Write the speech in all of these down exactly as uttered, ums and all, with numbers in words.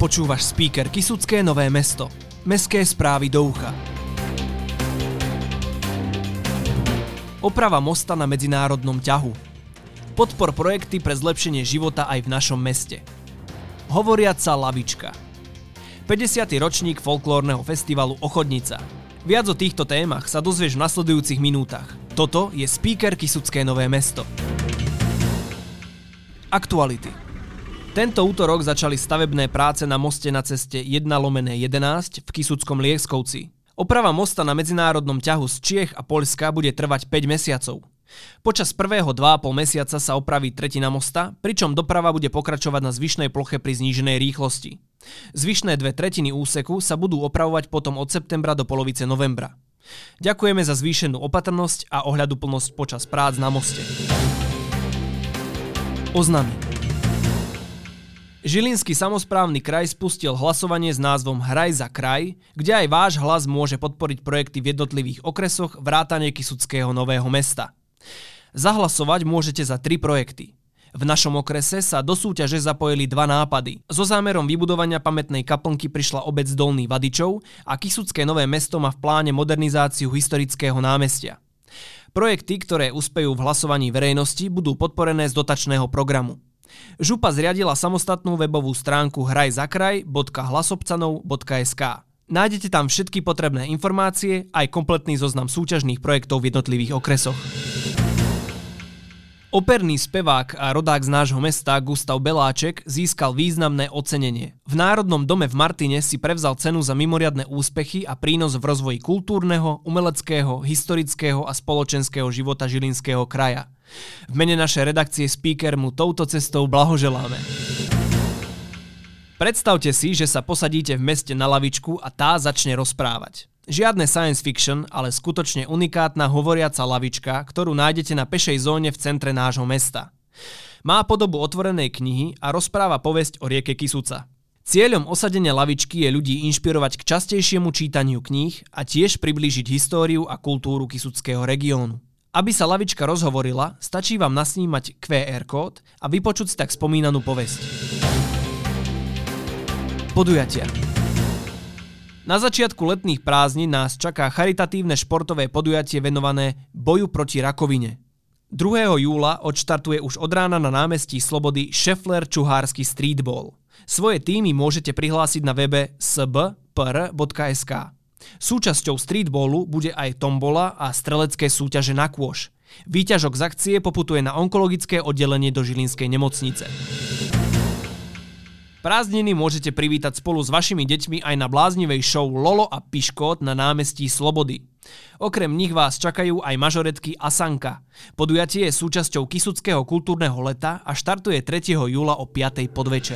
Počúvaš speaker Kysucké Nové Mesto. Mestské správy do ucha. Oprava mosta na medzinárodnom ťahu. Podpor projekty pre zlepšenie života aj v našom meste. Hovoriaca lavička. päťdesiaty ročník folklórneho festivalu Ochodnica. Viac o týchto témach sa dozvieš v nasledujúcich minútach. Toto je speaker Kysucké Nové Mesto. Aktuality. Tento útorok začali stavebné práce na moste na ceste jeden lomeno jedenásť v Kysuckom Lieskovci. Oprava mosta na medzinárodnom ťahu z Čiech a Poľska bude trvať päť mesiacov. Počas prvého dva a pol mesiaca sa opraví tretina mosta, pričom doprava bude pokračovať na zvyšnej ploche pri zníženej rýchlosti. Zvyšné dve tretiny úseku sa budú opravovať potom od septembra do polovice novembra. Ďakujeme za zvýšenú opatrnosť a ohľaduplnosť počas prác na moste. Oznamy. Žilinský samosprávny kraj spustil hlasovanie s názvom Hraj za kraj, kde aj váš hlas môže podporiť projekty v jednotlivých okresoch vrátane Kysuckého Nového Mesta. Zahlasovať môžete za tri projekty. V našom okrese sa do súťaže zapojili dva nápady. So zámerom vybudovania pamätnej kaplnky prišla obec Dolný Vadičov a Kysucké Nové Mesto má v pláne modernizáciu historického námestia. Projekty, ktoré uspejú v hlasovaní verejnosti, budú podporené z dotačného programu. Župa zriadila samostatnú webovú stránku hrajzakraj bodka hlasobcanov bodka es ká. Nájdete tam všetky potrebné informácie, aj kompletný zoznam súťažných projektov v jednotlivých okresoch. Operný spevák a rodák z nášho mesta Gustav Beláček získal významné ocenenie. V Národnom dome v Martine si prevzal cenu za mimoriadne úspechy a prínos v rozvoji kultúrneho, umeleckého, historického a spoločenského života Žilinského kraja. V mene našej redakcie Speaker mu touto cestou blahoželáme. Predstavte si, že sa posadíte v meste na lavičku a tá začne rozprávať. Žiadne science fiction, ale skutočne unikátna hovoriaca lavička, ktorú nájdete na pešej zóne v centre nášho mesta. Má podobu otvorenej knihy a rozpráva povesť o rieke Kysuca. Cieľom osadenia lavičky je ľudí inšpirovať k častejšiemu čítaniu kníh a tiež priblížiť históriu a kultúru Kysuckého regiónu. Aby sa lavička rozhovorila, stačí vám nasnímať kvé er kód a vypočuť si tak spomínanú povesť. Podujatia. Na začiatku letných prázdnin nás čaká charitatívne športové podujatie venované boju proti rakovine. druhého júla odštartuje už od rána na námestí Slobody Šefler čuhársky streetball. Svoje týmy môžete prihlásiť na webe es bé pé er bodka es ká. Súčasťou streetballu bude aj tombola a strelecké súťaže na kôš. Výťažok z akcie poputuje na onkologické oddelenie do Žilinskej nemocnice. Prázdniny môžete privítať spolu s vašimi deťmi aj na bláznivej show Lolo a Piškot na námestí Slobody. Okrem nich vás čakajú aj mažoretky a Sanka. Podujatie je súčasťou Kysuckého kultúrneho leta a štartuje tretieho júla o piatej podvečer.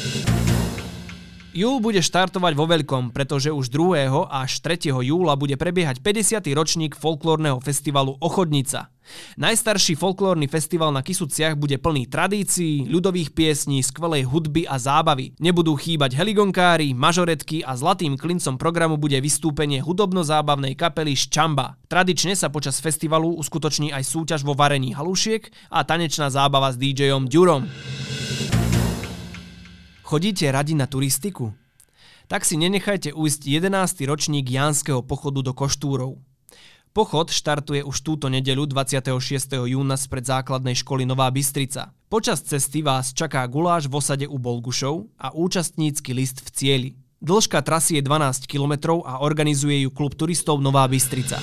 Júl bude štartovať vo veľkom, pretože už druhého až tretieho júla bude prebiehať päťdesiaty ročník folklórneho festivalu Ochodnica. Najstarší folklórny festival na Kysuciach bude plný tradícií, ľudových piesní, skvelej hudby a zábavy. Nebudú chýbať heligonkári, mažoretky a zlatým klincom programu bude vystúpenie hudobno-zábavnej kapely Ščamba. Tradične sa počas festivalu uskutoční aj súťaž vo varení halušiek a tanečná zábava s dý džejom Ďurom. Chodíte radi na turistiku? Tak si nenechajte ujsť jedenásty ročník Jánskeho pochodu do Koštúrov. Pochod štartuje už túto nedeľu dvadsiateho šiesteho júna spred základnej školy Nová Bystrica. Počas cesty vás čaká guláš v osade u Bolgušov a účastnícky list v cieli. Dĺžka trasy je dvanásť kilometrov a organizuje ju klub turistov Nová Bystrica.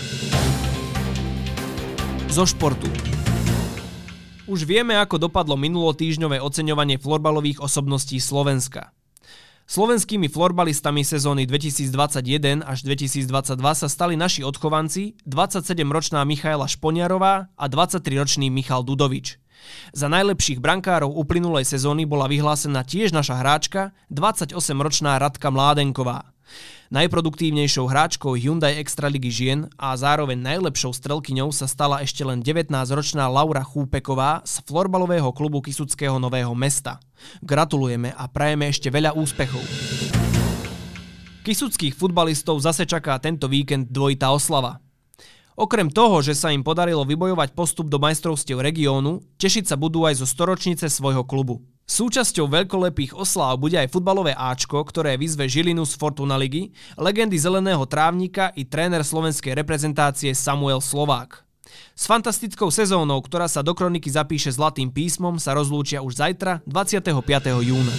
Zo športu. Už vieme, ako dopadlo minulotýždňové oceňovanie florbalových osobností Slovenska. Slovenskými florbalistami sezóny dvetisícdvadsaťjeden až dvetisícdvadsaťdva sa stali naši odchovanci, dvadsaťsedemročná Michaela Šponiarová a dvadsaťtriročný Michal Dudovič. Za najlepších brankárov uplynulej sezóny bola vyhlásená tiež naša hráčka, dvadsaťosemročná Radka Mládenková. Najproduktívnejšou hráčkou Hyundai Extraligy žien a zároveň najlepšou strelkyňou sa stala ešte len devätnásťročná Laura Chúpeková z florbalového klubu Kysuckého Nového Mesta. Gratulujeme a prajeme ešte veľa úspechov. Kysuckých futbalistov zase čaká tento víkend dvojitá oslava. Okrem toho, že sa im podarilo vybojovať postup do majstrovstiev regiónu, tešiť sa budú aj zo storočnice svojho klubu. Súčasťou veľkolepých osláv bude aj futbalové áčko, ktoré vyzve Žilinu z Fortuna ligy, legendy zeleného trávnika i tréner slovenskej reprezentácie Samuel Slovák. S fantastickou sezónou, ktorá sa do kroniky zapíše zlatým písmom, sa rozlúčia už zajtra, dvadsiateho piateho júna.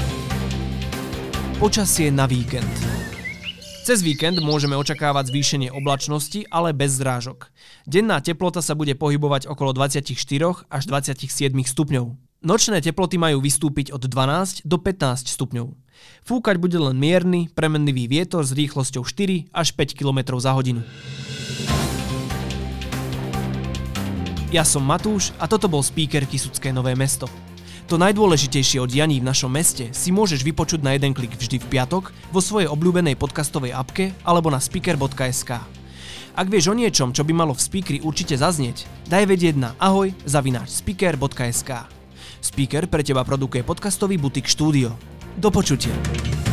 Počasie na víkend. Cez víkend môžeme očakávať zvýšenie oblačnosti, ale bez zrážok. Denná teplota sa bude pohybovať okolo dvadsaťštyri až dvadsaťsedem stupňov. Nočné teploty majú vystúpiť od dvanásť do pätnásť stupňov. Fúkať bude len mierny, premenlivý vietor s rýchlosťou štyri až päť kilometrov za hodinu. Ja som Matúš a toto bol speaker Kysucké Nové Mesto. To najdôležitejšie o dianí v našom meste si môžeš vypočuť na jeden klik vždy v piatok vo svojej obľúbenej podcastovej apke alebo na speaker bodka es ká. Ak vieš o niečom, čo by malo v speakeri určite zaznieť, daj vedieť na ahoj zavináč speaker bodka es ká. Speaker pre teba produkuje podcastový butik štúdio. Do počutia.